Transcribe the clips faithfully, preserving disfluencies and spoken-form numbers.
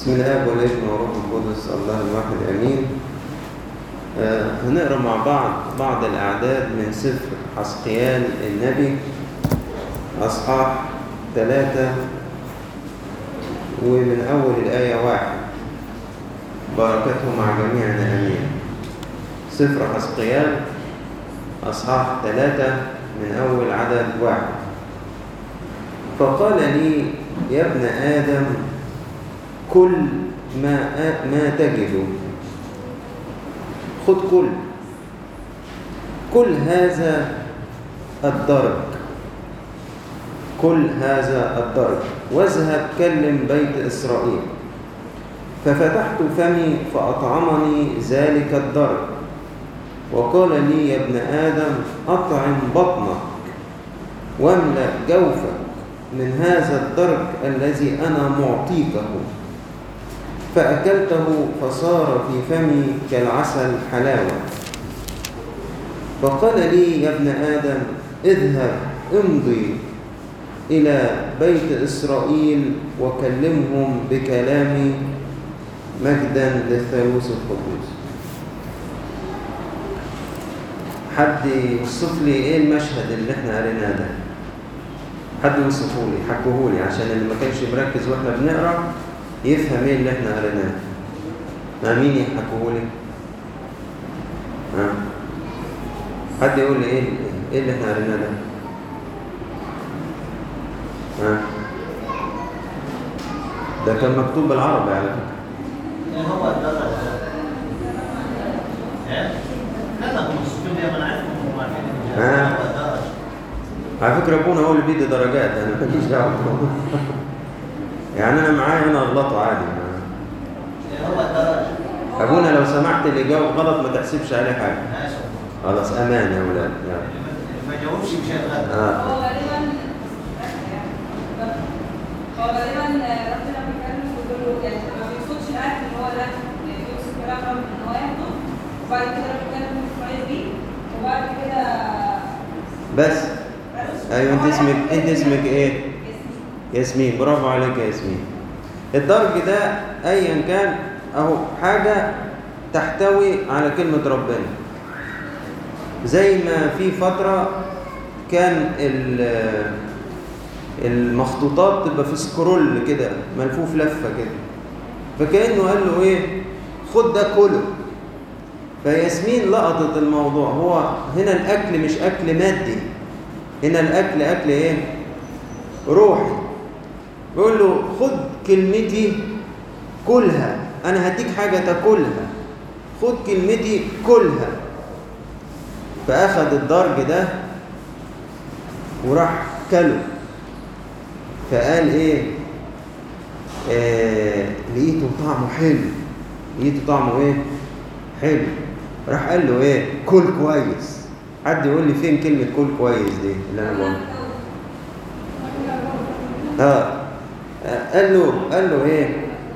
بسم الله والابن والروح القدس الله الواحد امين. آه هنقرا مع بعض بعض الاعداد من سفر حسقيال النبي اصحاح ثلاثة ومن اول الايه واحد. بركته مع جميعنا امين. سفر حسقيال اصحاح ثلاثة من اول عدد واحد. فقال لي يا ابن آدم كل ما ما تجده، خذ كل كل هذا الدرج كل هذا الدرج واذهب كلم بيت إسرائيل. ففتحت فمي فأطعمني ذلك الدرج، وقال لي يا ابن آدم أطعم بطنك واملأ جوفك من هذا الدرج الذي أنا معطيكه. فأكلته فصار في فمي كالعسل حلاوة. فقال لي يا ابن آدم اذهب امضي إلى بيت إسرائيل وكلمهم بكلامي مجدا للثالوث القدوس. حد يوصف لي ايه المشهد اللي احنا قريناه ده؟ حد يوصفه لي، حكوه لي عشان اللي ما كانش مركز واحنا بنقرا يفهم ايه اللي احنا قريناه. ما مين يحكوه لي؟ ها؟ حد يقول لي ايه ايه اللي احنا قريناه ده؟ ها؟ ده كان مكتوب بالعربي على فكره. ايه هو الدرج ده؟ ايه؟ لا لا هم السكين دي انا عارفهم هم عارفين ها؟ هو الدرج. على فكره ابونا هو اللي بيدي درجات، انا ماليش دعوه. يعني انا معايا انا اغلطه عادي. ايه هو الدرج؟ ابونا لو سمحت اللي جاوب غلط ما تحسبش عليه حاجه. ماشي. خلاص امان يا ولاد. ما جاوبش مش هيتغدى. اه هو غالبا هو غالبا ربنا بيتكلم ويقول له يعني ما بيقصدش الاكل ان هو الاكل، يعني بيقصد كلام رب ان هو ياخده، وبعد كده ربنا بيتكلم كويس بيه، وبعد كده بس ايوه. انت اسمك انت اسمك ايه؟ ياسمين. برافو عليك يا ياسمين. الدرج ده ايا كان اهو حاجه تحتوي على كلمه ربنا. زي ما في فتره كان المخطوطات تبقى في سكرول كده ملفوف لفه كده، فكانه قال له ايه؟ خد ده كله. فياسمين لقطت الموضوع. هو هنا الاكل مش اكل مادي، هنا الاكل اكل ايه؟ روحي. بيقول له خد كلمتي كلها، انا هديك حاجه تاكلها، خد كلمتي كلها. فاخذ الدرج ده وراح كله. فقال ايه؟ آه لقيته طعمه حلو. لقيته طعمه ايه؟ حلو. راح قال له ايه؟ كل كويس. حد يقول لي فين كلمه كل كويس دي اللي انا بقولها؟ اه قال له قال له ايه؟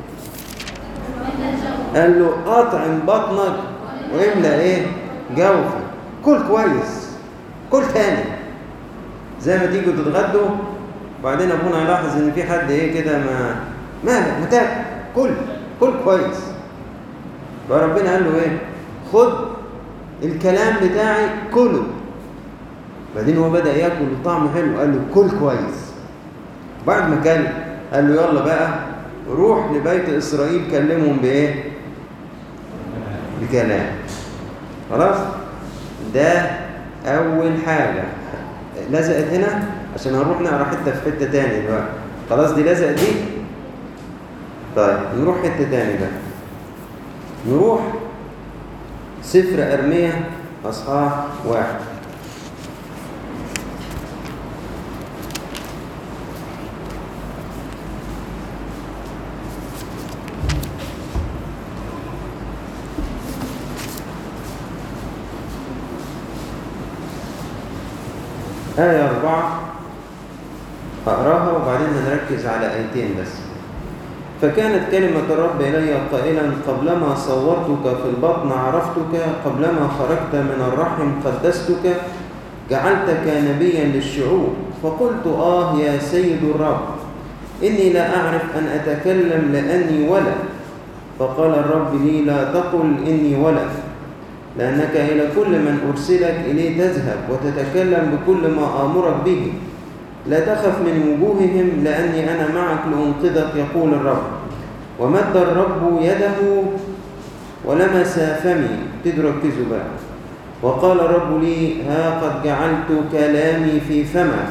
قال له اطعم بطنك واملأ ايه؟ جوفك. كل كويس، كل تاني. زي ما تيجوا تتغدوا وبعدين ابونا يلاحظ ان في حد ايه كده ما مالك ما تاكل، كل كل كويس. فربنا قال له ايه؟ خد الكلام بتاعي كله. بعدين هو بدأ ياكل وطعمه حلو، قال له كل كويس. بعد ما كل قال له يلا بقى روح لبيت إسرائيل كلمهم بإيه؟ بكلام. خلاص؟ ده أول حاجة لزقت هنا، عشان هنروح نقرا حتة في حتة تاني بقى. خلاص دي لزقت دي. طيب نروح حتة تاني بقى. نروح سفر أرميا أصحاح واحد. آية أربعة أقراها وبعدين هنركز على آيتين بس. فكانت كلمة الرب إلي قائلا قبلما صورتك في البطن عرفتك، قبلما خرجت من الرحم قدستك، جعلتك نبيا للشعوب. فقلت آه يا سيد الرب إني لا أعرف أن أتكلم لأني ولد. فقال الرب لي لا تقل إني ولد، لأنك إلى كل من أرسلك إليه تذهب وتتكلم بكل ما آمرك به. لا تخف من وجوههم لأني أنا معك لأنقذك يقول الرب. ومد الرب يده ولمس فمي. تركزوا بقى. وقال الرب لي ها قد جعلت كلامي في فمك.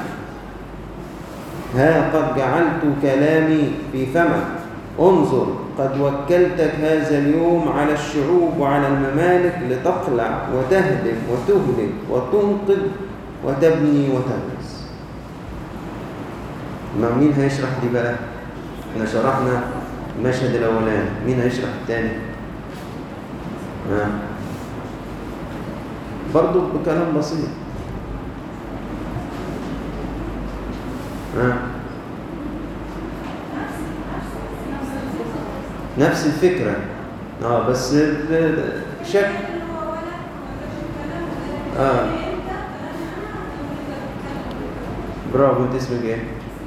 ها قد جعلت كلامي في فمك. انظر قد وكلتك هذا اليوم على الشعوب وعلى الممالك لتقلع وتهدم وتهلك وتنقذ وتبني وتغرس. ما مين هيشرح دي بقى؟ احنا شرحنا المشهد الاولاني، مين هيشرح الثاني؟ ها برضو بكلام بسيط. ها نفس الفكرة اه بس شكل اه برافو. انت اسمك ايه؟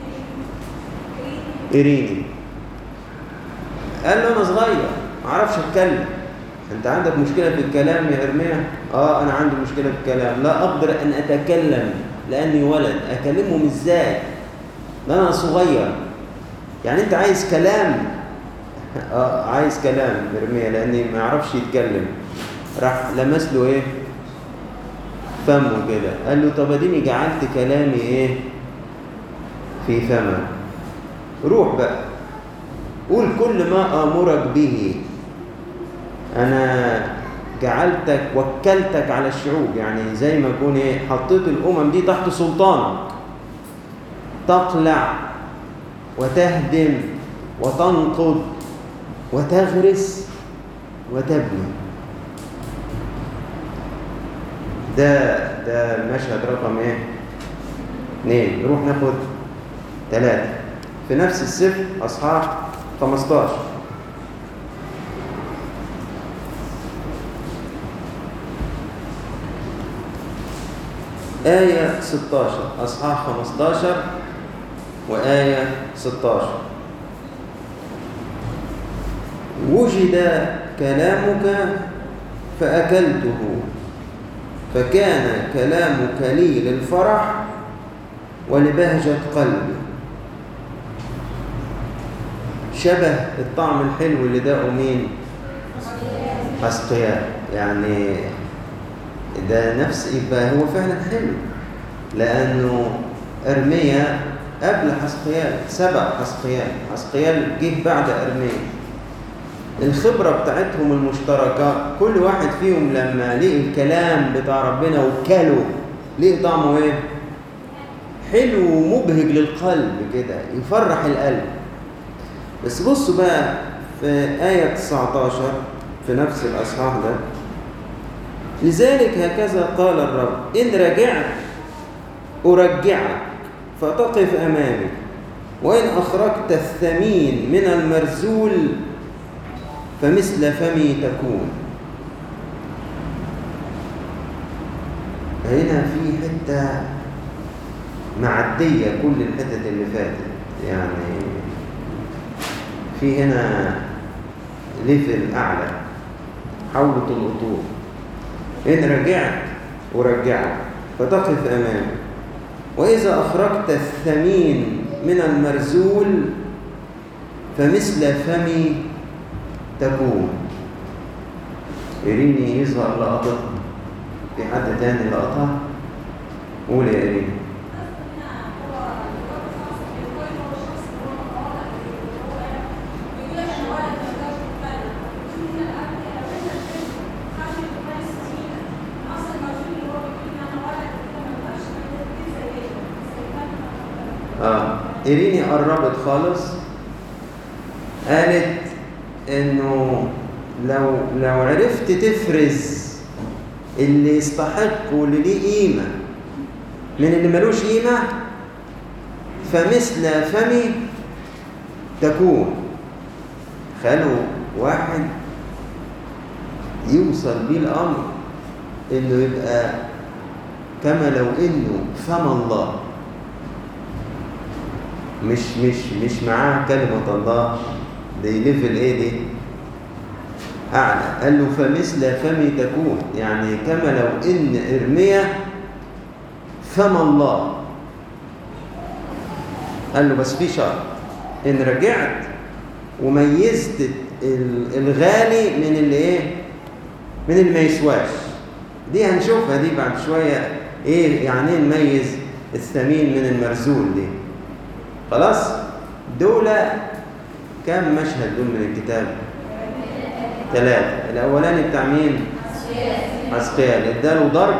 إيريني. قال له انا صغير ما اعرفش اتكلم. انت عندك مشكلة في الكلام يا إرميا؟ اه انا عندي مشكلة في الكلام، لا اقدر ان اتكلم لاني ولد. اكلمهم ازاي؟ ده انا صغير. يعني انت عايز كلام؟ اه عايز كلام إرميا لاني ما يعرفش يتكلم. راح لمس له ايه؟ فمه كده. قال له طب اديني جعلت كلامي ايه؟ في فمك. روح بقى قول كل ما آمرك به. أنا جعلتك وكلتك على الشعوب، يعني زي ما يكون إيه حطيت الأمم دي تحت سلطانك. تقلع وتهدم وتنقض وتغرس وتبني. ده ده المشهد رقم إيه؟ اثنين. نروح ناخد ثلاثة في نفس السفر أصحاح خمسة عشر. آية ستة عشر. أصحاح خمسة عشر وآية ستة عشر. وجد كلامك فأكلته، فكان كلامك لي للفرح ولبهجة قلبي. شبه الطعم الحلو اللي داقه مين؟ حسقيال. يعني ده نفس يبقى هو فعلا حلو، لأنه إرميا قبل حسقيال، سبق حسقيال. حسقيال جه بعد إرميا. الخبرة بتاعتهم المشتركة، كل واحد فيهم لما لقي الكلام بتاع ربنا وكله لقي طعمه ايه؟ حلو ومبهج للقلب كده، يفرح القلب. بس بصوا بقى في آية تسعة عشر في نفس الأصحاح ده. لذلك هكذا قال الرب إن رجعت أرجعك فتقف أمامي، وإن أخرجت الثمين من المرزول فمثل فمي تكون. هنا في حتة معدية كل الحتت اللي فاتت، يعني في هنا ليفل أعلى. حاولوا تلقطوه. إن رجعت أرجعك فتقف أمامي، وإذا أخرجت الثمين من المرزول فمثل فمي تكون. إيريني يظهر لقطة. في حد تاني لقطها؟ قول يا إيريني. آه إيريني قربت خالص. قالت إنه لو لو عرفت تفرز اللي يستحق واللي ليه قيمة من اللي ملوش قيمة فمثل فمي تكون. خلوا واحد يوصل بيه الأمر إنه يبقى كما لو إنه فم الله. مش مش مش معاه كلمة الله، دي ليفل ايه دي؟ أعلى. قال له فمثل فمي تكون، يعني كما لو إن إرميا فم الله. قال له بس في شرط، إن رجعت وميزت الغالي من اللي إيه؟ من اللي ما يسواش. دي هنشوفها دي بعد شوية، إيه يعني إيه نميز الثمين من المرزول دي. خلاص؟ دول كم مشهد دول من الكتاب؟ ثلاثة. الأولاني بتاع مين؟ حزقيال، اداله ضرب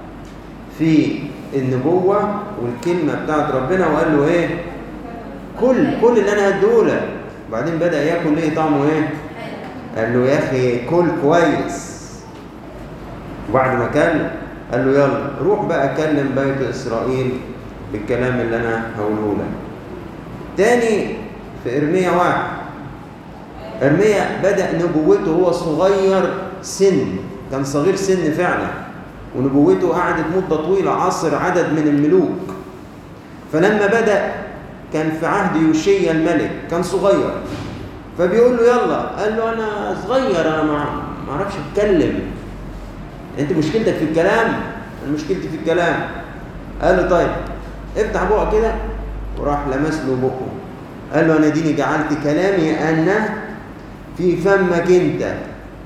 في النبوة والكلمة بتاعت ربنا، وقال له ايه؟ كل كل اللي انا هديهولك. وبعدين بدأ ياكل، ليه طعمه ايه؟ قال له يا اخي كل كويس. وبعد ما كل قال له يلا روح بقى كلم بيت إسرائيل بالكلام اللي انا هقوله لك. تاني في إرميا واحد، إرميا بدأ نبوته هو صغير سن، كان صغير سن فعلا، ونبوته قعدت مدة طويلة، عصر عدد من الملوك. فلما بدأ كان في عهد يوشيا الملك، كان صغير، فبيقول له يلا، قال له أنا صغير، أنا ما أعرفش أتكلم، أنت مشكلتك في الكلام؟ أنا مشكلتي في الكلام. قال له طيب افتح بقى كده، وراح لمس له بقه، قال له أنا ديني جعلت كلامي أنا في فمك أنت.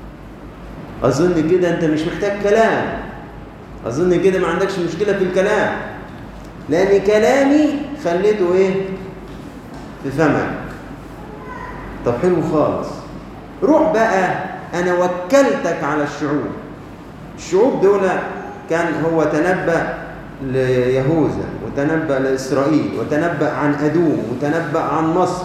أظن كده أنت مش محتاج كلام، أظن كده ما عندكش مشكلة في الكلام، لأن كلامي خليته إيه؟ في فمك. طب حلو خالص، روح بقى أنا وكلتك على الشعوب. الشعوب دول كان هو تنبأ ليهوذا، وتنبأ لإسرائيل، وتنبأ عن أدوم، وتنبأ عن مصر،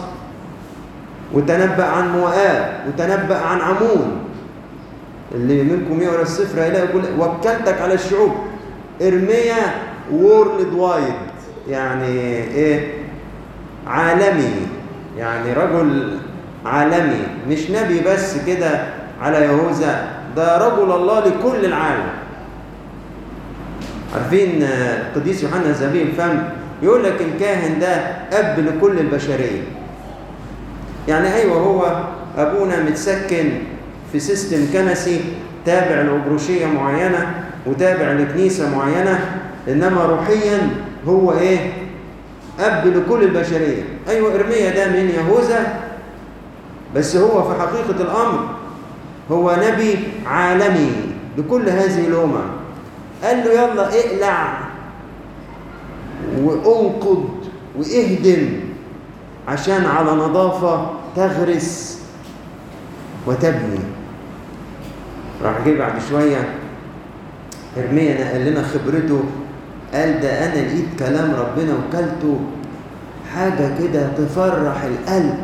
وتنبأ عن موآب، وتنبأ عن عمون. اللي منكم يقرأ السفر هيلاقي يقول وكلتك على الشعوب. إرميا وورلد وايد، يعني إيه؟ عالمي، يعني رجل عالمي، مش نبي بس كده على يهوذا، ده رجل الله لكل العالم. عارفين القديس يوحنا الذهبي الفم يقول لك الكاهن ده أب لكل البشرية. يعني أيوة هو أبونا متسكن في سيستم كنسي تابع لأبروشية معينة وتابع لكنيسة معينة، إنما روحيا هو إيه؟ أب لكل البشرية. أيوة إرميا ده من يهوذا، بس هو في حقيقة الأمر هو نبي عالمي لكل هذه الأمم. قال له يلا اقلع وانقض واهدم عشان على نظافة تغرس وتبني. راح جه بعد شوية إرميا نقل لنا خبرته، قال ده أنا لقيت كلام ربنا وكلته حاجة كده تفرح القلب،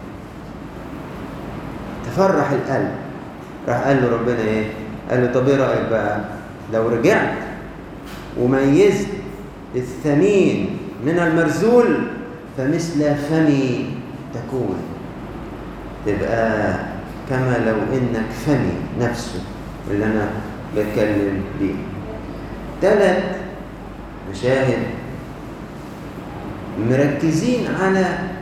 تفرح القلب. راح قال له ربنا إيه؟ قال له طب إيه رأيك بقى لو رجعت وميزت الثمين من المرزول، فمثل فمي تكون، تبقى كما لو إنك فمي نفسه اللي أنا بتكلم بيه. ثلاث مشاهد مركزين على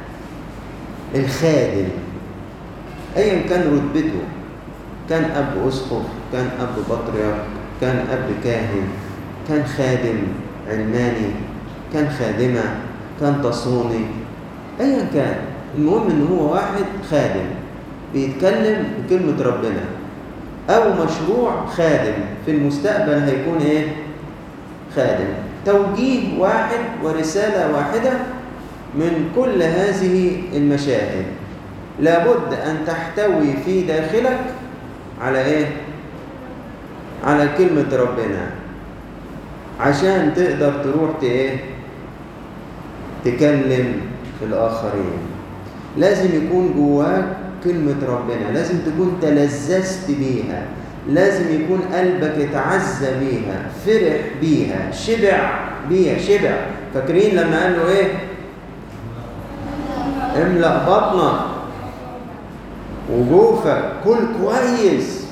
الخادم أيا كان رتبته، كان أب أسقف، كان أب بطريرك، كان أب كاهن، كان خادم علماني، كان خادمة، كان تصوني، أيا كان، المهم إن هو واحد خادم بيتكلم بكلمة ربنا، أو مشروع خادم في المستقبل هيكون إيه؟ خادم. توجيه واحد ورسالة واحدة من كل هذه المشاهد لابد أن تحتوي في داخلك على إيه؟ على كلمة ربنا، عشان تقدر تروح إيه؟ تكلم في الآخرين. لازم يكون جواك كلمة ربنا، لازم تكون تلذذت بيها، لازم يكون قلبك اتعزى بيها، فرح بيها، شبع بيها. شبع، فاكرين لما قال له ايه؟ املأ بطنك وجوفك، كل كويس.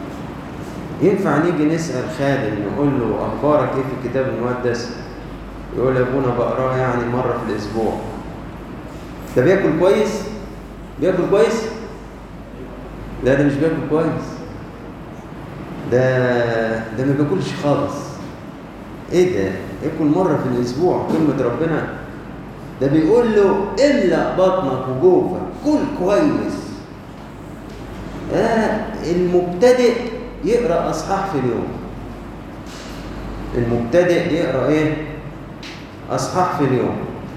ينفع نيجي نسأل خادم نقول له أخبارك إيه في الكتاب المقدس؟ يقول ابونا بقراه يعني مره في الاسبوع. ده بياكل كويس؟ بياكل كويس؟ لا ده مش بياكل كويس، ده ده ما بياكلش خالص. ايه ده؟ ياكل مره في الاسبوع كلمه ربنا؟ ده بيقول له املأ بطنك وجوفك، كل كويس. آه المبتدئ يقرأ أصحاح في اليوم. المبتدئ يقرأ إيه؟ أصحاح في اليوم.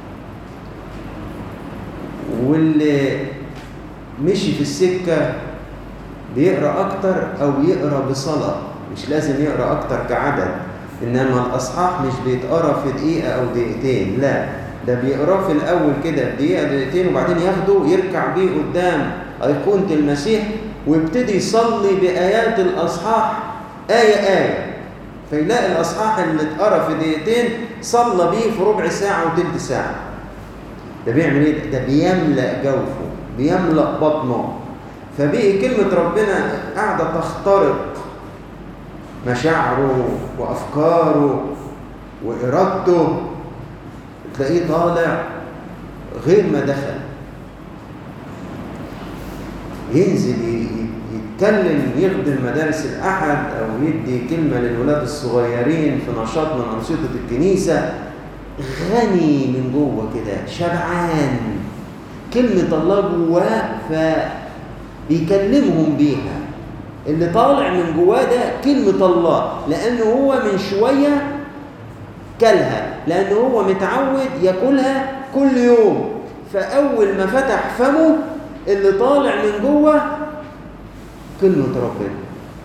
واللي مشي في السكة بيقرأ أكتر أو يقرأ بصلاة، مش لازم يقرأ أكتر كعدد، إنما الأصحاح مش بيتقرأ في دقيقة أو دقيقتين، لا ده بيقرأ في الأول كده دقيقة دقيقتين وبعدين ياخده يركع بيه قدام أيقونة المسيح ويبتدي يصلي بآيات الأصحاح آية آية، فيلاقي الأصحاح اللي اتقرأ في دقيقتين صلى بيه في ربع ساعة وتلت ساعة. ده بيعمل إيه؟ ده بيملأ جوفه، بيملأ بطنه، فبقي كلمة ربنا قاعدة تخترق مشاعره وأفكاره وإرادته، تلاقيه طالع غير ما دخل. ينزل يتكلم، يخدم مدارس الأحد أو يدي كلمة للولاد الصغيرين في نشاط من أنشطة الكنيسة، غني من جوه كده، شبعان كلمة الله جواه فبيكلمهم بيها. اللي طالع من جواه ده كلمة الله، لأنه هو من شوية كلها، لأنه هو متعود ياكلها كل يوم، فأول ما فتح فمه اللي طالع من جوه كلمة ربنا.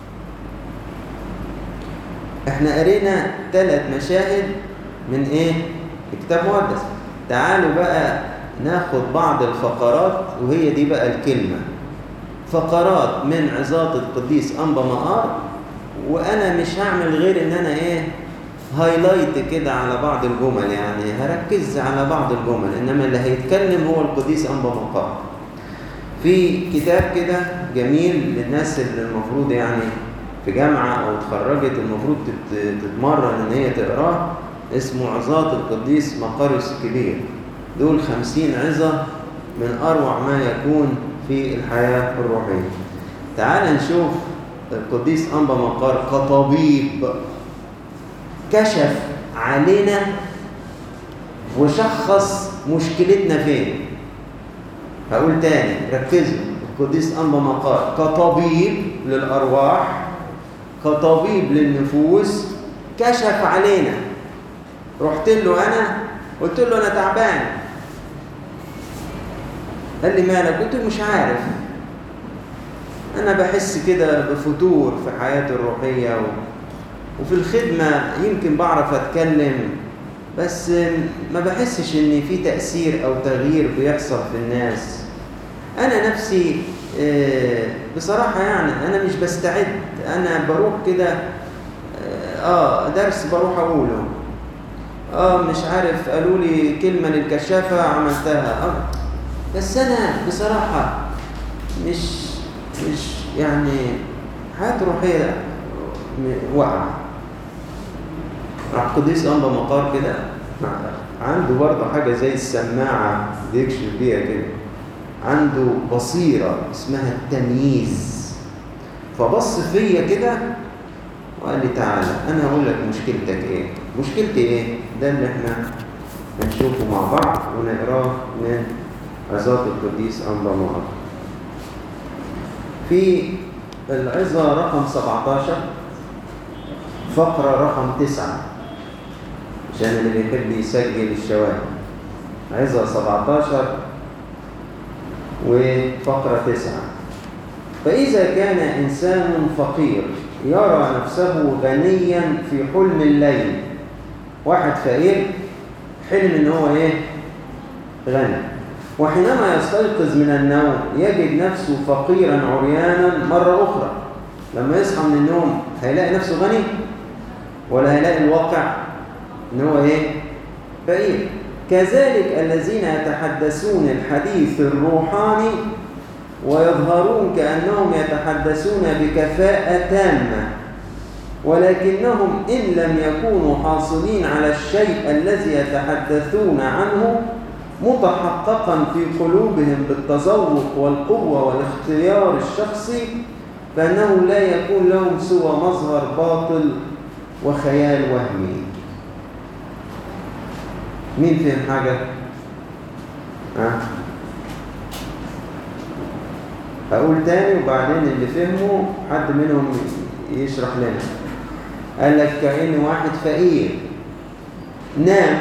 احنا قرينا ثلاث مشاهد من ايه؟ كتاب مقدس. تعالوا بقى ناخد بعض الفقرات، وهي دي بقى الكلمة، فقرات من عظات القديس أنبا مقار، وأنا مش هعمل غير إن أنا إيه هايلايت كده على بعض الجمل، يعني هركز على بعض الجمل، إنما اللي هيتكلم هو القديس أنبا مقار. في كتاب كده جميل للناس اللي المفروض يعني في جامعة أو اتخرجت المفروض تتمرن إن هي تقراه، اسمه عظات القديس مقاريوس الكبير. دول خمسين عظة من أروع ما يكون في الحياة الروحية. تعال نشوف القديس أنبا مقار كطبيب كشف علينا وشخص مشكلتنا فين. هقول تاني ركزوا، القديس أنبا مقار كطبيب للأرواح، كطبيب للنفوس، كشف علينا. رحت له أنا قلت له أنا تعبان، قال لي مالك؟ قلت له مش عارف، أنا بحس كده بفتور في حياتي الروحية وفي الخدمة، يمكن بعرف أتكلم بس ما بحسش إن في تأثير أو تغيير بيحصل في الناس. أنا نفسي بصراحة يعني أنا مش بستعد، أنا بروح كده آه درس بروح أقوله، آه مش عارف قالوا لي كلمة للكشافة عملتها، آه بس أنا بصراحة مش مش يعني حياتي روحية واقعة. راح القديس أنبا مقار كده عنده برضه حاجة زي السماعة بيكشف بيها كده، عنده بصيرة اسمها التمييز، فبص فيا كده وقال لي تعالى أنا هقول لك مشكلتك إيه. مشكلتي إيه؟ ده اللي إحنا هنشوفه مع بعض ونقراه من عظات القديس أنبا مقار. في العظة رقم سبعتاشر فقرة رقم تسعة، عشان اللي بيحب يسجل الشواهد. عظة سبعتاشر وفقرة تسعة: فإذا كان إنسان فقير يرى نفسه غنيا في حلم الليل. واحد فقير حلم إن هو إيه؟ غني، وحينما يستيقظ من النوم يجد نفسه فقيرا عريانا مرة أخرى. لما يصحى من النوم هيلاقي نفسه غني ولا هيلاقي الواقع إن هو إيه؟ فقير. كذلك الذين يتحدثون الحديث الروحاني ويظهرون كأنهم يتحدثون بكفاءة تامة ولكنهم إن لم يكونوا حاصلين على الشيء الذي يتحدثون عنه متحققا في قلوبهم بالتذوق والقوة والاختيار الشخصي، فإنه لا يكون لهم سوى مظهر باطل وخيال وهمي. مين فهم حاجة؟ أه؟ أقول تاني وبعدين اللي فهموا حد منهم يشرح لنا. قال لك كأن واحد فقير نام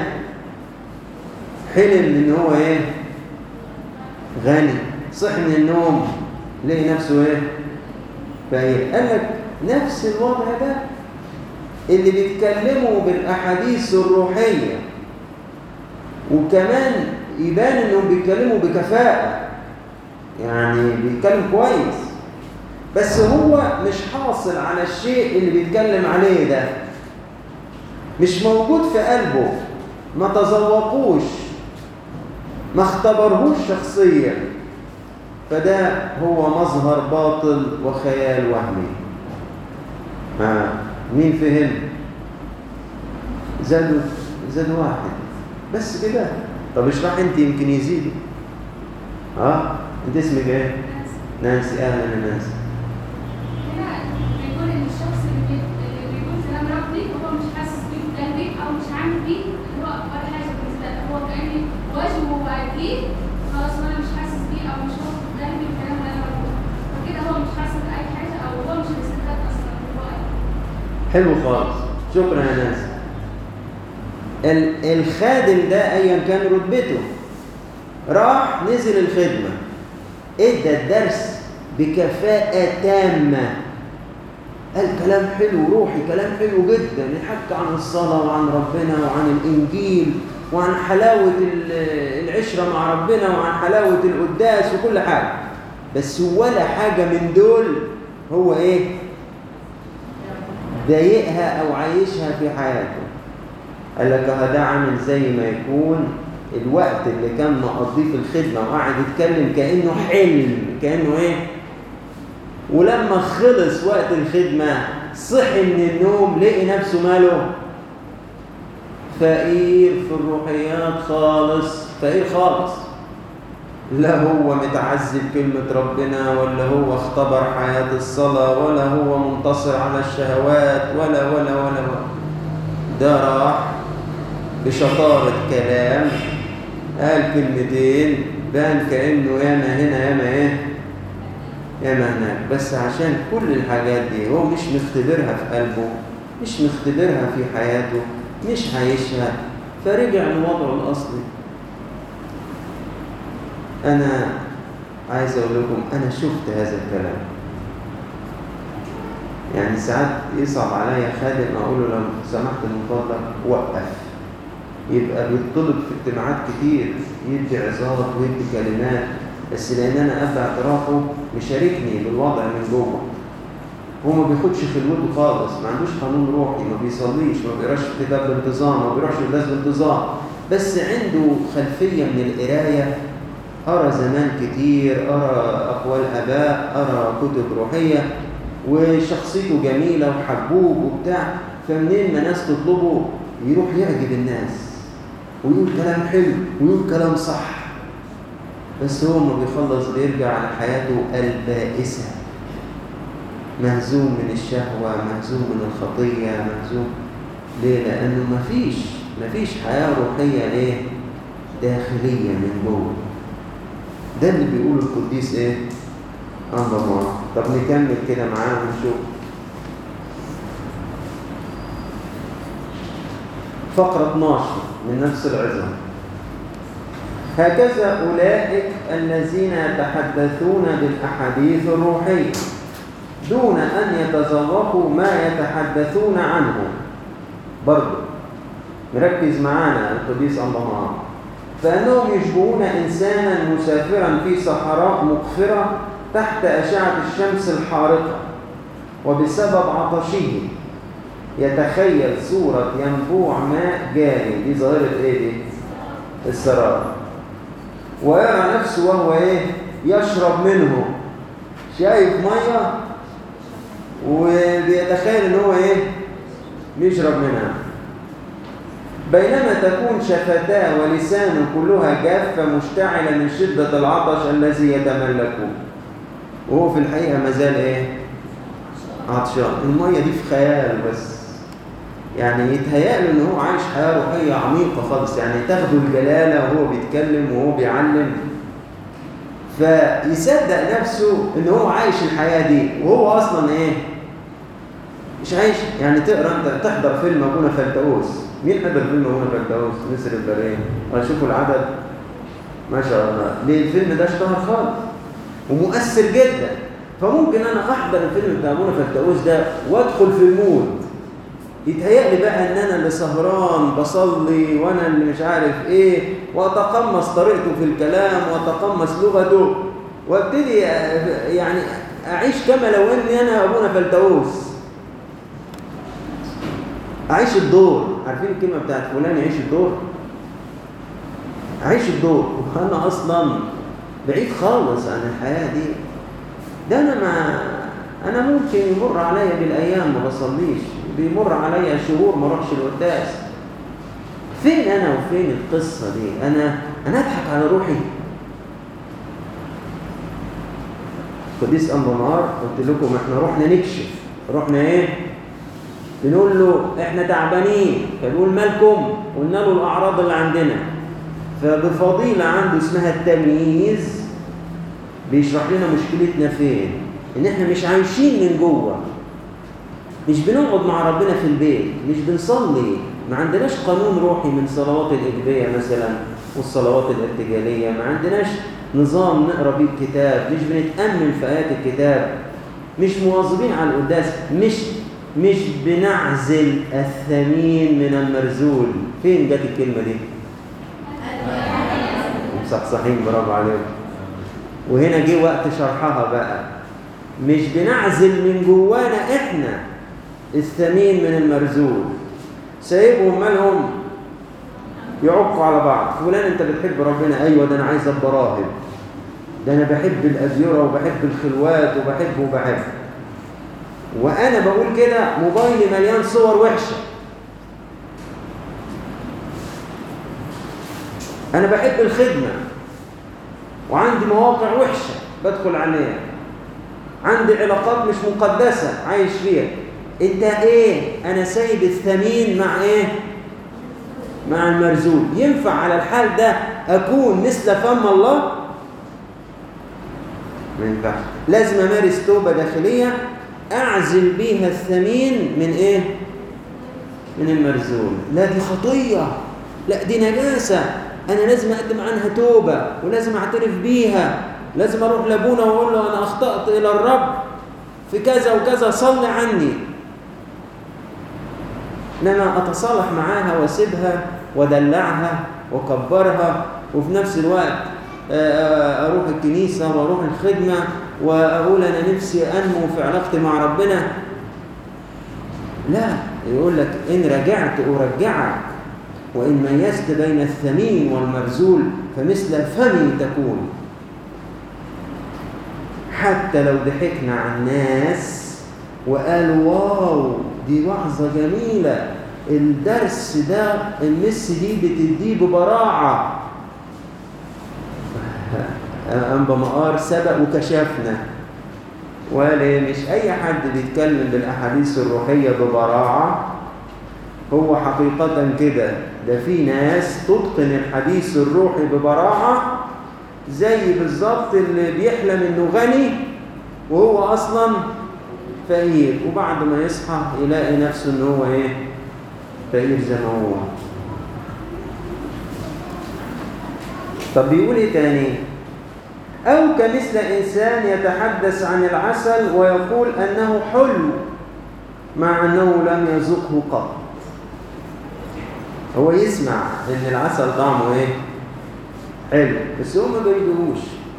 حلم ان هو ايه غني، صحي من النوم لقي نفسه ايه فقير. قال لك نفس الوضع ده اللي بيتكلموا بالاحاديث الروحيه، وكمان يبان انهم بيتكلموا بكفاءه، يعني بيتكلم كويس، بس هو مش حاصل على الشيء اللي بيتكلم عليه ده، مش موجود في قلبه، ما تذوقوش، ما اختبرهوش شخصيا، فده هو مظهر باطل وخيال وهمي. ها مين فهم؟ زادوا زادوا واحد بس كده. طب اشرح انت يمكن يزيدوا. ها انت اسمك ايه؟ نانسي. اهلا يا نانسي. هنا بيقول ان الشخص اللي بي- اللي بيقول كلام ربي هو مش حاسس بيه في قلبي او مش عامل بيه اللي هو ولا حاجه بالنسبه له، هو كاني واجهه واكيد خلاص وانا مش حاسس بيه او مش واخد في قلبي الكلام اللي انا بقوله، فكده هو مش حاسس باي حاجه او هو مش مستفاد اصلا من هو قال. حلو خالص، شكرا يا نانسي. ال- الخادم ده ايا كان رتبته راح نزل الخدمه، ادى الدرس بكفاءة تامة، قال كلام حلو روحي، كلام حلو جدا، يحكي عن الصلاة وعن ربنا وعن الإنجيل وعن حلاوة العشرة مع ربنا وعن حلاوة القداس وكل حاجة، بس ولا حاجة من دول هو إيه ضايقها أو عايشها في حياته. قال لك هذا عامل زي ما يكون الوقت اللي كان مقضيه في الخدمة وقاعد يتكلم كأنه حلم، كأنه ايه، ولما خلص وقت الخدمة صحي من النوم لقي نفسه ماله فقير في الروحيات خالص، فقير خالص، لا هو متعذب كلمة ربنا ولا هو اختبر حياة الصلاة ولا هو منتصر على الشهوات ولا ولا ولا, ولا. ده راح بشطارة كلام قال كلمتين بان كأنه ياما هنا ياما ايه ياما هناك، بس عشان كل الحاجات دي هو مش مختبرها في قلبه، مش مختبرها في حياته، مش عايشها، فرجع لوضعه الأصلي. أنا عايز أقول لكم أنا شفت هذا الكلام، يعني ساعات يصعب عليا خادم أقول له لو سمحت من فضلك وقف، يبقى بيطلب في اجتماعات كتير يدي عظات ويدي كلمات، بس لأن أنا أب اعترافه مشاركني بالوضع من جوه، هو ما بياخدش خلوته خالص، ما عندوش قانون روحي، ما بيصليش، ما بيقراش كتاب بانتظام، ما بيروحش الناس بانتظام، بس عنده خلفية من القراية، أرى زمان كتير، أرى أقوال آباء، أرى كتب روحية، وشخصيته جميلة وحبوب وبتاع، فمنين ما ناس تطلبه يروح يعجب الناس ويقول كلام حلو ويقول كلام صح، بس هو ما بيخلص بيرجع على حياته البائسة، مهزوم من الشهوة، مهزوم من الخطية، مهزوم. ليه؟ لأنه مفيش مفيش حياة روحية ليه؟ داخلية من جوه. ده اللي بيقوله القديس ايه؟ الله. طب نكمل كده معاه ونشوف فقرة اثناشر من نفس العظة. هكذا أولئك الذين يتحدثون بالأحاديث الروحية دون أن يتذوقوا ما يتحدثون عنه. برضو مركز معانا القديس الله، فأنهم يشبهون إنسانا مسافرا في صحراء مقفرة تحت أشعة الشمس الحارقة، وبسبب عطشه يتخيل صورة ينبوع ماء جاري، دي ظاهرة ايه دي؟ السراب، ويرى نفسه وهو ايه؟ يشرب منه، شايف مية وبيتخيل ان هو ايه بيشرب منها، بينما تكون شفتاه ولسانه كلها جافة مشتعلة من شدة العطش الذي يتملكه، وهو في الحقيقة مازال ايه عطشان. المية دي في خيال بس، يعني يتهيأ له ان هو عايش حياة روحية عميقة خالص، يعني تاخده الجلالة وهو بيتكلم وهو بيعلم، فيصدق نفسه ان هو عايش الحياة دي وهو اصلا ايه مش عايش. يعني تقرا انت تحضر فيلم ابونا فلتاوس، مين حضر فيلم ابونا فلتاوس؟ نسر البريه، واشوفوا العدد ما شاء الله. ليه الفيلم ده اشتهر خالص ومؤثر جدا، فممكن انا احضر الفيلم بتاع ابونا فلتاوس ده وادخل في المود، يتهيأ لي بقى ان انا اللي سهران بصلي وانا اللي مش عارف ايه، واتقمص طريقته في الكلام واتقمص لغته، وابتدي يعني اعيش كما لو اني انا ابونا فلتاوس، اعيش الدور. عارفين الكلمه بتاعت فلان يعيش الدور؟ اعيش الدور وانا اصلا بعيد خالص عن الحياه دي. ده انا ما انا ممكن يمر عليا بالايام ما بصليش، بيمر عليا شهور ما اروحش القداس. فين انا وفين القصه دي؟ انا انا اضحك على روحي. قديس انبا نهار قلت لكم احنا رحنا نكشف، رحنا ايه بنقول له احنا تعبانين، فبيقول مالكم؟ قلنا له الاعراض اللي عندنا. فبفضيله عنده اسمها التمييز بيشرح لنا مشكلتنا فين، ان احنا مش عايشين من جوه، مش بنقعد مع ربنا في البيت، مش بنصلي، ما عندناش قانون روحي من صلوات الإجبية مثلا والصلوات الارتجالية، ما عندناش نظام نقرأ بيه الكتاب، مش بنتأمل في آيات الكتاب، مش مواظبين على القداس، مش مش بنعزل الثمين من المرزول. فين جت الكلمة دي؟ مصحصحين، برافو عليكم. وهنا جه وقت شرحها بقى. مش بنعزل من جوانا احنا الثمين من المرزول، سايبهم مالهم يعقوا على بعض. فلان انت بتحب ربنا؟ ايوه ده انا عايز ابقى راهب، ده انا بحب الاديره وبحب الخلوات وبحب وبحب وانا بقول كده موبايلي مليان صور وحشه. انا بحب الخدمه وعندي مواقع وحشه بدخل عليها، عندي علاقات مش مقدسه عايش فيها. انت ايه؟ انا سايب الثمين مع ايه؟ مع المرزول. ينفع على الحال ده اكون مثل فم الله؟ ما ينفعش. لازم امارس توبه داخليه اعزل بيها الثمين من ايه؟ من المرزول. لا دي خطيه، لا دي نجاسه، انا لازم اقدم عنها توبه ولازم اعترف بيها، لازم اروح لابونا واقول له انا اخطات الى الرب في كذا وكذا، صلي عني. انما اتصالح معاها واسيبها وادلعها واكبرها، وفي نفس الوقت اروح الكنيسه واروح الخدمه واقول انا نفسي انمو في علاقتي مع ربنا. لا، يقول لك ان رجعت ارجعك وان ميزت بين الثمين والمرزول فمثل فمي تكون. حتى لو ضحكنا على الناس وقالوا واو دي وعظة جميلة، الدرس ده المس دي بتديه ببراعة، أنبا مقار سبق وكشفنا وقال مش أي حد بيتكلم بالأحاديث الروحية ببراعة هو حقيقة كده، ده في ناس تتقن الحديث الروحي ببراعة، زي بالظبط اللي بيحلم إنه غني وهو أصلاً فقير، وبعد ما يصحى يلاقي نفسه إنه هو إيه؟ فقير زي ما هو. طب بيقول إيه تاني؟ أو كمثل إنسان يتحدث عن العسل ويقول أنه حلو مع أنه لم يذقه قط. هو يسمع إن العسل طعمه إيه؟ حلو، بس هو ما بيدوهوش.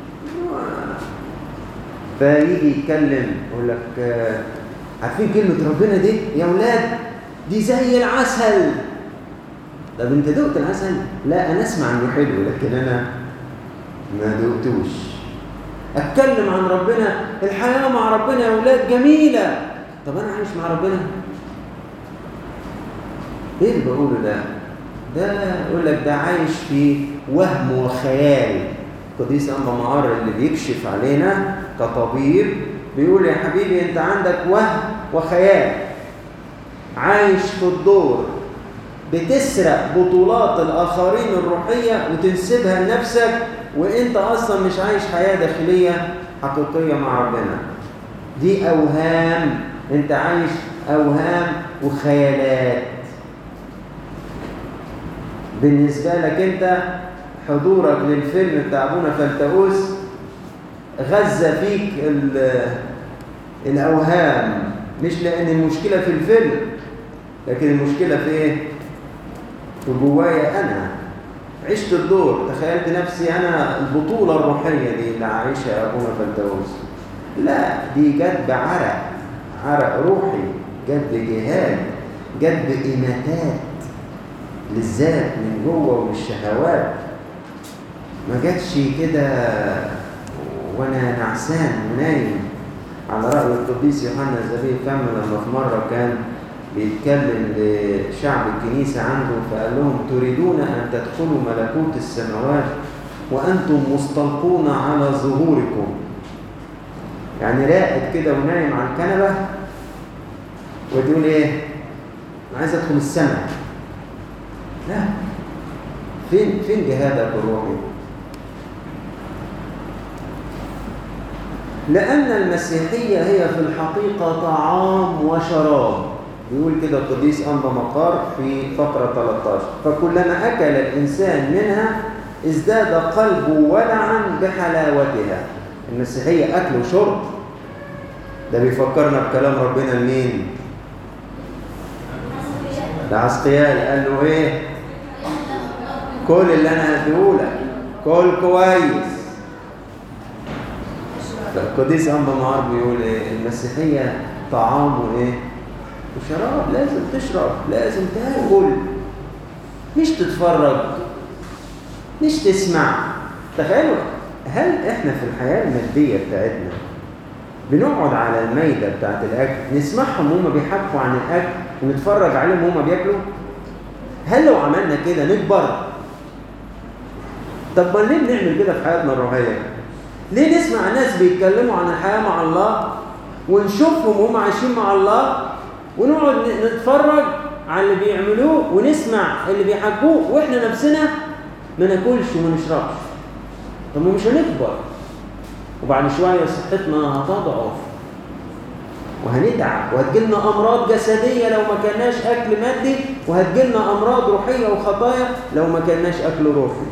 فيجي يتكلم يقول لك عارفين كلمة ربنا دي يا ولاد؟ دي زي العسل. طب انت دقت العسل؟ لا انا اسمع انه حلو لكن انا ما دقتوش. اتكلم عن ربنا، الحياة مع ربنا يا ولاد جميلة، طب انا عايش مع ربنا؟ ايه اللي بقوله ده؟ ده يقول لك ده عايش في وهم وخيال. قديس أنبا مقار اللي بيكشف علينا كطبيب بيقول يا حبيبي انت عندك وهم وخيال، عايش في الدور، بتسرق بطولات الآخرين الروحية وتنسبها لنفسك، وانت اصلا مش عايش حياة داخلية حقيقية مع ربنا. دي اوهام، انت عايش اوهام وخيالات. بالنسبة لك انت حضورك للفيلم بتاع ابونا فلتؤوس غذى فيك الاوهام، مش لان المشكلة في الفيلم، لكن المشكلة في ايه؟ في جوايا انا. عشت الدور، تخيلت نفسي انا البطولة الروحية دي اللي عايشها ابونا فلتؤوس. لا، دي جت بعرق، عرق روحي، جت بجهاد، جت بإماتات للذات من جوه والشهوات. ما جاتش كده وانا نعسان ونايم. على رأي القديس يوحنا الذبي فم لما في مرة كان بيتكلم لشعب الكنيسة عنده فقال لهم تريدون أن تدخلوا ملكوت السماوات وأنتم مستلقون على ظهوركم. يعني راقد كده ونايم على الكنبة وتقول ايه؟ أنا عايز أدخل السماء. لا، فين فين جهادك الروحي؟ لأن المسيحية هي في الحقيقة طعام وشراب. يقول كده القديس أنبا مقار في فقرة ثلاثة عشر: فكلما أكل الإنسان منها ازداد قلبه ولعا بحلاوتها. المسيحية أكل وشرب. ده بيفكرنا بكلام ربنا لمين؟ لعسقيال. قال له ايه؟ كل اللي انا هديهولك، كل كويس. القديس أنبا مقار بيقول ايه؟ المسيحية طعام وايه؟ وشراب. لازم تشرب، لازم تاكل، مش تتفرج، مش تسمع. تخيلوا، هل احنا في الحياة المادية بتاعتنا بنقعد على الميدة بتاعت الأكل نسمعهم وهم بيحكوا عن الأكل ونتفرج عليهم وهم بياكلوا؟ هل لو عملنا كده نكبر؟ طب ما ليه بنعمل كده في حياتنا الروحية؟ ليه نسمع ناس بيتكلموا عن الحياة مع الله ونشوفهم وهم عايشين مع الله ونقعد نتفرج على اللي بيعملوه ونسمع اللي بيحكوه وإحنا نفسنا ما ناكلش وما نشربش؟ طب ما مش هنكبر، وبعد شوية صحتنا هتضعف وهنتعب وهتجيلنا أمراض جسدية لو ما كناش أكل مادي، وهتجيلنا أمراض روحية وخطايا لو ما كناش أكل روحي.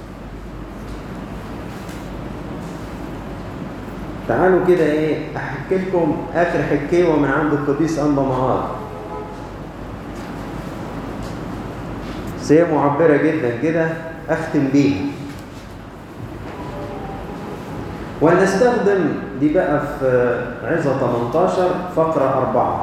تعالوا كده إيه أحكي لكم آخر حكاية من عند القديس أنبا مقار. سيئة معبرة جدا كده أختم بيها. ونستخدم دي بقى في عظة ثمانية عشر فقرة أربعة.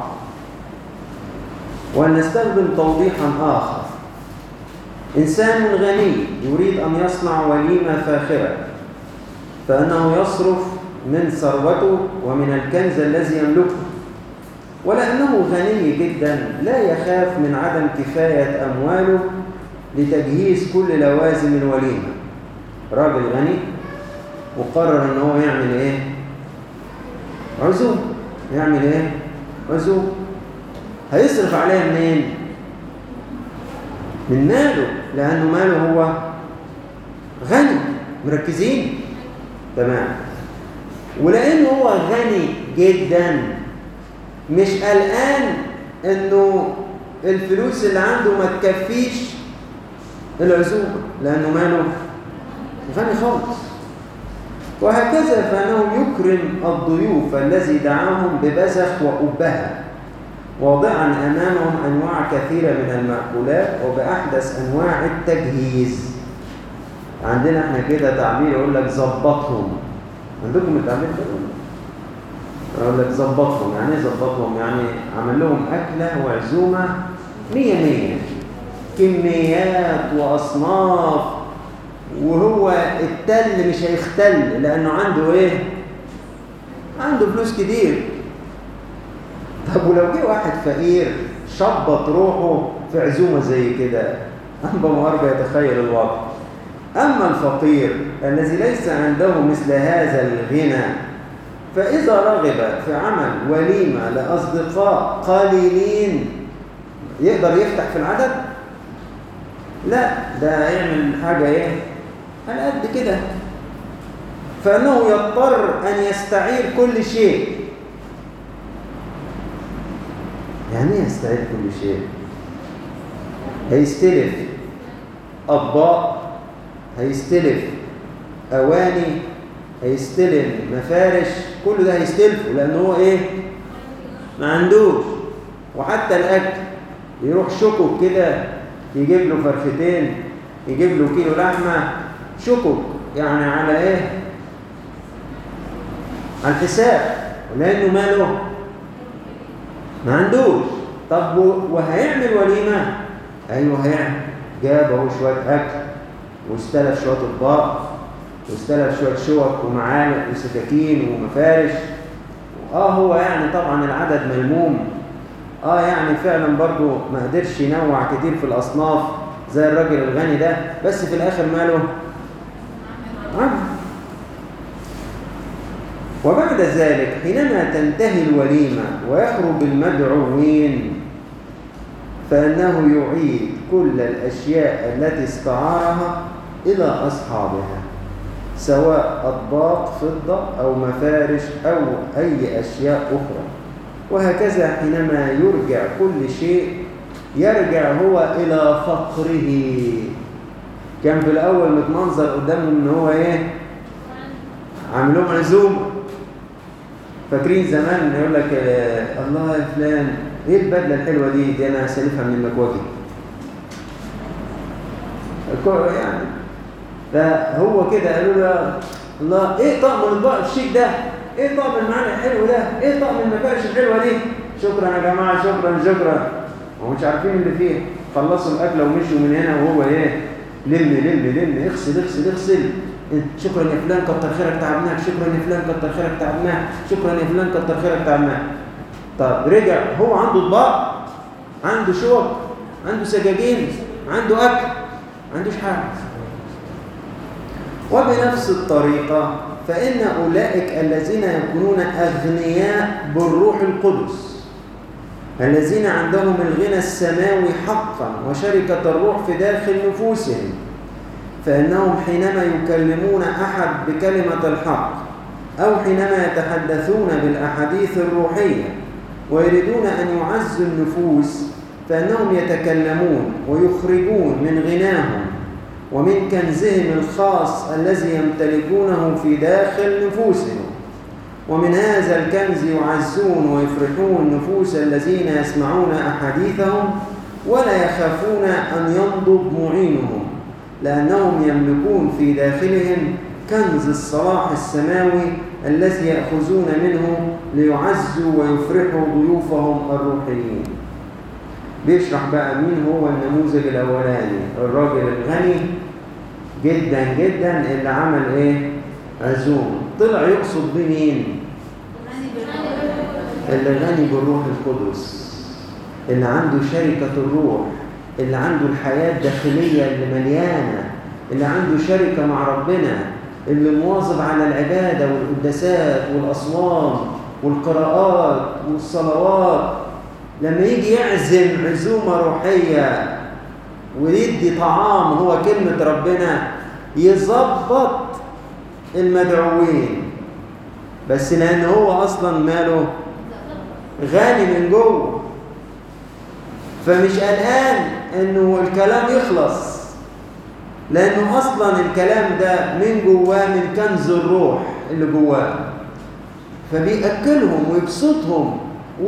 ونستخدم توضيحا آخر: إنسان غني يريد أن يصنع وليمة فاخرة، فإنه يصرف من ثروته ومن الكنز الذي يملكه، ولأنه غني جدا لا يخاف من عدم كفاية أمواله لتجهيز كل لوازم الوليمة. راجل غني وقرر ان هو يعمل ايه؟ عزوم. يعمل ايه؟ عزوم. هيصرف عليها منين؟ من ماله، لانه ماله هو غني. مركزين؟ تمام. ولانه هو غني جدا مش قلقان انه الفلوس اللي عنده ما تكفيش العزومه، لانه ماله غني خالص. وهكذا فإنه يكرم الضيوف الذي دعاهم ببذخ وأبهة، واضعا أمامهم أنواع كثيرة من المأكولات وبأحدث أنواع التجهيز. عندنا احنا كده تعبير يقول لك ظبطهم. عندكم التعبير ده؟ يقول لك ظبطهم. يعني ايه ظبطهم؟ يعني عمل لهم أكلة وعزومة مية مية، كميات وأصناف، وهو التل مش هيختل لأنه عنده إيه؟ عنده فلوس كتير. طب ولو جه واحد فقير شبط روحه في عزومة زي كده، أنبا مؤرجة يتخيل الوضع. أما الفقير الذي ليس عنده مثل هذا الغنى، فإذا رغب في عمل وليمة لأصدقاء قليلين يقدر يفتح في العدد؟ لا، ده يعمل حاجة إيه؟ على قد كده. فإنه يضطر أن يستعير كل شيء. يعني ايه يستعير كل شيء؟ هيستلف أطباق، هيستلف أواني، هيستلم مفارش، كل ده هيستلفه لأنه هو إيه؟ ما عندوش. وحتى الأكل يروح شكك كده، يجيب له فرختين، يجيب له كيلو لحمة، شكك يعني على إيه؟ على الحساب، ولأنه ماله؟ ما عندوش. طب وهيعمل وليمة؟ أيوه هيعمل. جاب اهو شوية أكل، واستلف شوية أطباق، واستلف شوية شوك ومعالق وسكاكين ومفارش. آه هو يعني طبعا العدد ملموم. آه يعني فعلا برضو ما قدرش ينوع كتير في الأصناف زي الراجل الغني ده، بس في الآخر ماله؟ عمل. وبعد ذلك حينما تنتهي الوليمة ويخرج المدعوين، فإنه يعيد كل الأشياء التي استعارها إلى أصحابها، سواء أطباق فضة أو مفارش أو أي أشياء أخرى. وهكذا حينما يرجع كل شيء يرجع هو إلى فقره. كان في الأول متمنظر قدامهم إن هو إيه؟ عاملهم عزومة. فاكرين زمان يقول لك آه الله يا فلان ايه البدله الحلوه دي دي انا سالفها من المكواكي يعني. فهو كده قالوا له الله ايه طقم الاطباق الشيك ده، ايه طقم المعالق الحلو ده، ايه طقم المفارش الحلوه دي. شكرا يا جماعه، شكرا شكرا. ومش عارفين اللي فيه. خلصوا الاكل ومشوا من هنا وهو ايه؟ لم لم لم اغسل اغسل اغسل. شكرا يا فلان كتر خيرك تعبناك، شكرا يا فلان كتر خيرك تعبناك، شكرا يا فلان كتر خيرك تعبناك. طب رجع هو عنده اطباق، عنده شوك، عنده سجاجين، عنده اكل، ما عندوش حاجه. وبنفس الطريقه فان اولئك الذين يكونون اغنياء بالروح القدس، الذين عندهم الغنى السماوي حقا وشركه الروح في داخل نفوسهم، فإنهم حينما يكلمون أحد بكلمة الحق أو حينما يتحدثون بالأحاديث الروحية ويريدون أن يعزوا النفوس، فإنهم يتكلمون ويخرجون من غناهم ومن كنزهم الخاص الذي يمتلكونه في داخل نفوسهم، ومن هذا الكنز يعزون ويفرحون نفوس الذين يسمعون أحاديثهم ولا يخافون أن ينضب معينهم، لأنهم يملكون في داخلهم كنز الصلاح السماوي الذي يأخذون منه ليعزوا ويفرحوا ضيوفهم الروحيين. بيشرح بقى مين هو النموذج الأولاني، الراجل الغني جدا جدا اللي عمل ايه؟ عزوم. طلع يقصد بمين؟ اللي غني بالروح القدس، اللي عنده شركة الروح، اللي عنده الحياة الداخلية اللي مليانة، اللي عنده شركة مع ربنا، اللي مواظب على العبادة والقداسات والأصوام والقراءات والصلوات. لما يجي يعزم عزومة روحية ويدي طعام هو كلمة ربنا، يظبط المدعوين، بس لأن هو أصلا ماله غني من جوه، فمش قلقان انه الكلام يخلص، لانه اصلا الكلام ده من جواه، من كنز الروح اللي جواه، فبيأكلهم ويبسطهم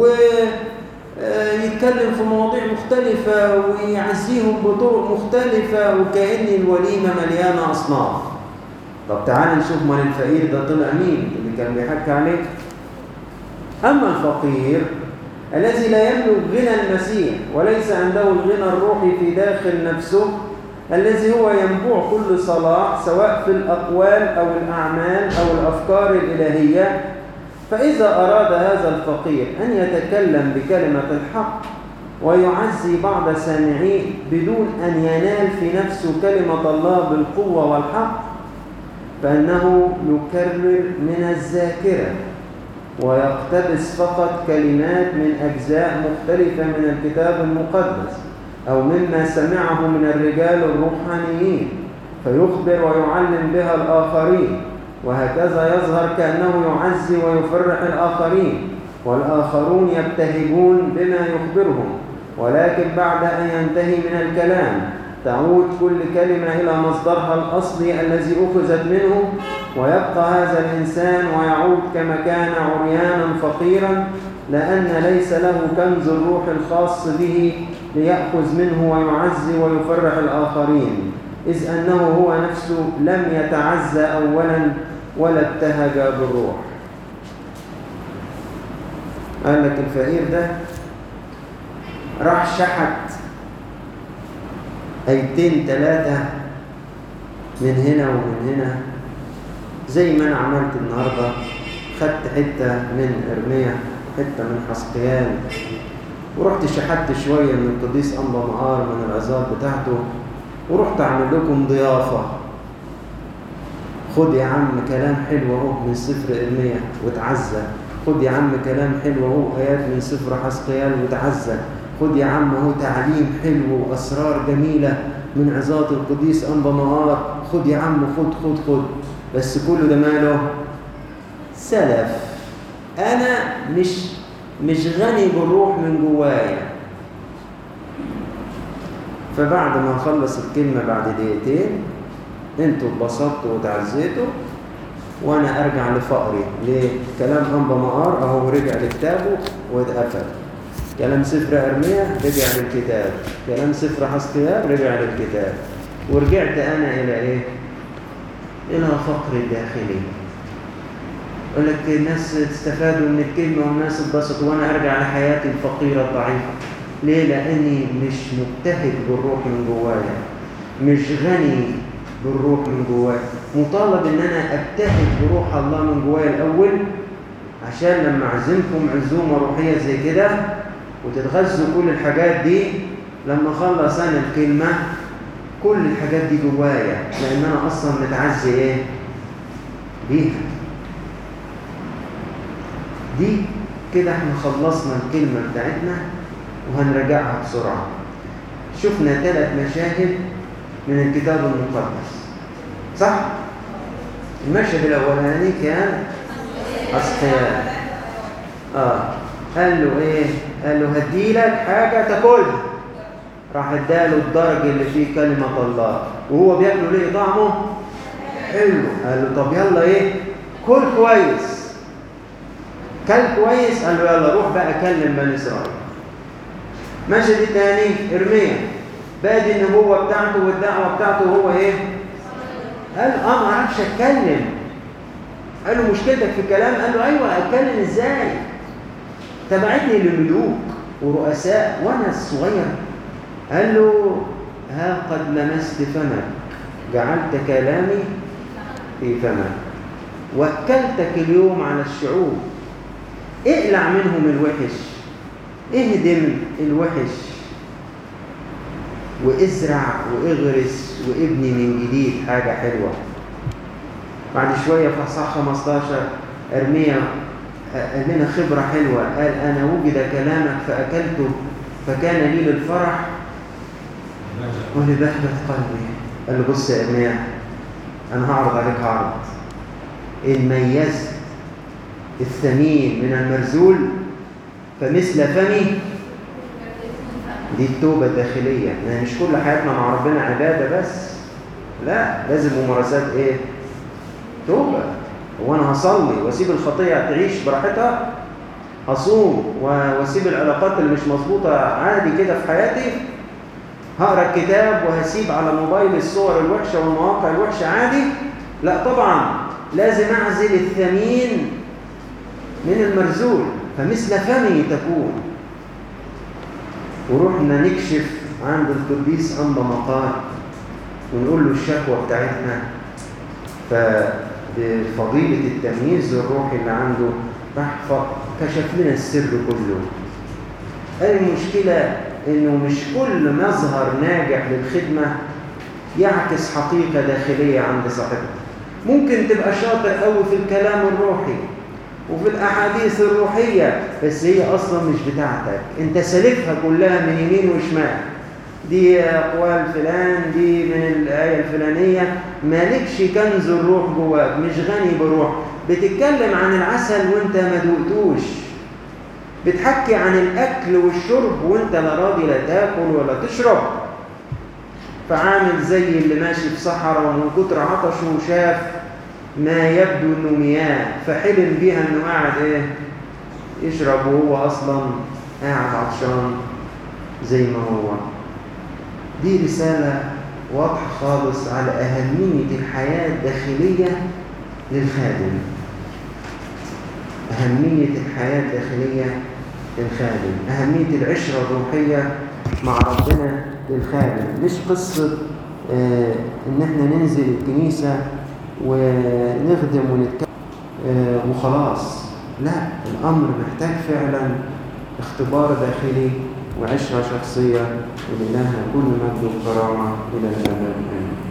ويتكلم في مواضيع مختلفة ويعزيهم بطرق مختلفة، وكأن الوليمة مليانة أصناف. طب تعال نشوف من الفقير ده طلع مين اللي كان بيحكي عليه. أما الفقير الذي لا يملك غنى المسيح وليس عنده الغنى الروحي في داخل نفسه، الذي هو ينبوع كل صلاح سواء في الأقوال أو الأعمال أو الأفكار الإلهية، فإذا أراد هذا الفقير أن يتكلم بكلمة الحق ويعزي بعض سامعيه بدون أن ينال في نفسه كلمة الله بالقوة والحق، فإنه يكرر من الذاكرة ويقتبس فقط كلمات من أجزاء مختلفة من الكتاب المقدس أو مما سمعه من الرجال الروحانيين فيخبر ويعلم بها الآخرين، وهكذا يظهر كأنه يعزي ويفرح الآخرين، والآخرون يبتهجون بما يخبرهم. ولكن بعد أن ينتهي من الكلام تعود كل كلمة إلى مصدرها الأصلي الذي أخذت منه، ويبقى هذا الإنسان ويعود كما كان عريانا فقيرا، لأن ليس له كنز الروح الخاص به ليأخذ منه ويعزي ويفرح الآخرين، إذ أنه هو نفسه لم يتعزى أولا ولا ابتهج بالروح. قال لك الفقير ده راح شحت ايتين ثلاثة من هنا ومن هنا، زي ما أنا عملت النهاردة. خدت حتة من إرميا وحتة من حسقيال، ورحت شحت شوية من القديس أنبا مقار من العظات بتاعته، ورحت أعمل لكم ضيافة. خد يا عم كلام حلو اهو من سفر إرميا وتعزى، خد يا عم كلام حلو اهو آيات من سفر حسقيال وتعزى، خد يا عم اهو تعليم حلو وأسرار جميلة من عظات القديس أنبا مقار، خد يا عم خد خد خد. بس كله ده ماله؟ سلف. أنا مش مش غني بالروح من جوايا. فبعد ما أخلص الكلمة بعد دقيقتين انتوا اتبسطتوا وتعزيتوا، وانا ارجع لفقري لكلام أنبا مقار اهو، رجع لكتابه واتقفل. كلام سفر ارميا رجع للكتاب، كلام سفر حسقيال رجع للكتاب، ورجعت انا الى ايه؟ الى فقري الداخلي. يقول لك الناس استفادوا من الكلمه والناس اتبسطوا، وانا ارجع لحياتي الفقيره الضعيفه. ليه؟ لاني مش مبتهج بالروح من جوايا، مش غني بالروح من جوايا. مطالب ان انا ابتهج بروح الله من جوايا الاول، عشان لما اعزمكم عزومه روحيه زي كده وتتغذوا كل الحاجات دي، لما اخلص انا الكلمه كل الحاجات دي جوايا، لان انا اصلا متعزي ايه بيها. دي كده احنا خلصنا الكلمه بتاعتنا وهنراجعها بسرعه. شفنا ثلاث مشاهد من الكتاب المقدس، صح؟ المشهد الاولاني كان حسقيال. اه قال له ايه؟ قال له هديلك حاجه تاكلها. راح اداله الدرج اللي فيه كلمه الله، وهو بياكله ليه طعمه حلو. قال له طب يلا ايه؟ كل كويس. كل كويس. قال له يلا روح بقى كلم بني اسرائيل. المشهد الثاني ارميا، بادي النبوه بتاعته والدعوه بتاعته، وهو ايه؟ قال اه ما اعرفش اتكلم. قال له مشكلتك في الكلام؟ قال له ايوه اتكلم ازاي؟ تبعتني لملوك ورؤساء وانا الصغير. قال له ها قد لمست فمك، جعلت كلامي في فمك، وكلتك اليوم على الشعوب. اقلع منهم الوحش، اهدم الوحش، وازرع واغرس وابني من جديد حاجة حلوة. بعد شوية في اصحاح خمستاشر ارميا قال لنا خبرة حلوة. قال أنا وجد كلامك فأكلته فكان لي للفرح ولبهجة قلبي. قال له بص يا ارميا، أنا هعرض عليك عرض. إن ميزت الثمين من المرزول فمثل فمي. دي التوبة الداخلية. يعني مش كل حياتنا مع ربنا عبادة بس، لا، لازم ممارسات ايه؟ توبة. وانا هصلي واسيب الخطيئة تعيش براحتها، هصوم واسيب العلاقات اللي مش مظبوطة عادي كده في حياتي، هقرا الكتاب وهسيب على موبايل الصور الوحشة والمواقع الوحشة عادي. لا طبعا، لازم اعزل الثمين من المرزول، فمثل فمي تكون. ورحنا نكشف عند القديس أنبا مقار ونقول له الشكوى بتاعتنا، بفضيلة التمييز الروحي اللي عنده راح كشف لنا السر كله. المشكلة إنه مش كل مظهر ناجح للخدمة يعكس حقيقة داخلية عند صاحبه. ممكن تبقى شاطر قوي في الكلام الروحي وفي الأحاديث الروحية، بس هي أصلا مش بتاعتك، أنت سالفها كلها من يمين وشمال، دي أقوال فلان، دي من الآية الفلانية، مالكش كنز الروح جواك، مش غني بروح. بتتكلم عن العسل وانت ما دوقتوش، بتحكي عن الأكل والشرب وانت لا راضي لا تاكل ولا تشرب. فعامل زي اللي ماشي في صحراء ومن كتر عطشه وشاف ما يبدو انه مياه، فحلم بيها انه قاعد ايه يشرب وهو اصلا قاعد عطشان زي ما هو. دي رسالة واضحة خالص على أهمية الحياة الداخلية للخادم. أهمية الحياة الداخلية للخادم، أهمية العشرة الروحية مع ربنا للخادم. مش قصة آه إن احنا ننزل الكنيسة ونخدم ونتكلم آه وخلاص. لا، الأمر محتاج فعلا اختبار داخلي وعشرة شخصية. ولله كل مجد وكرامة إلى الأبد.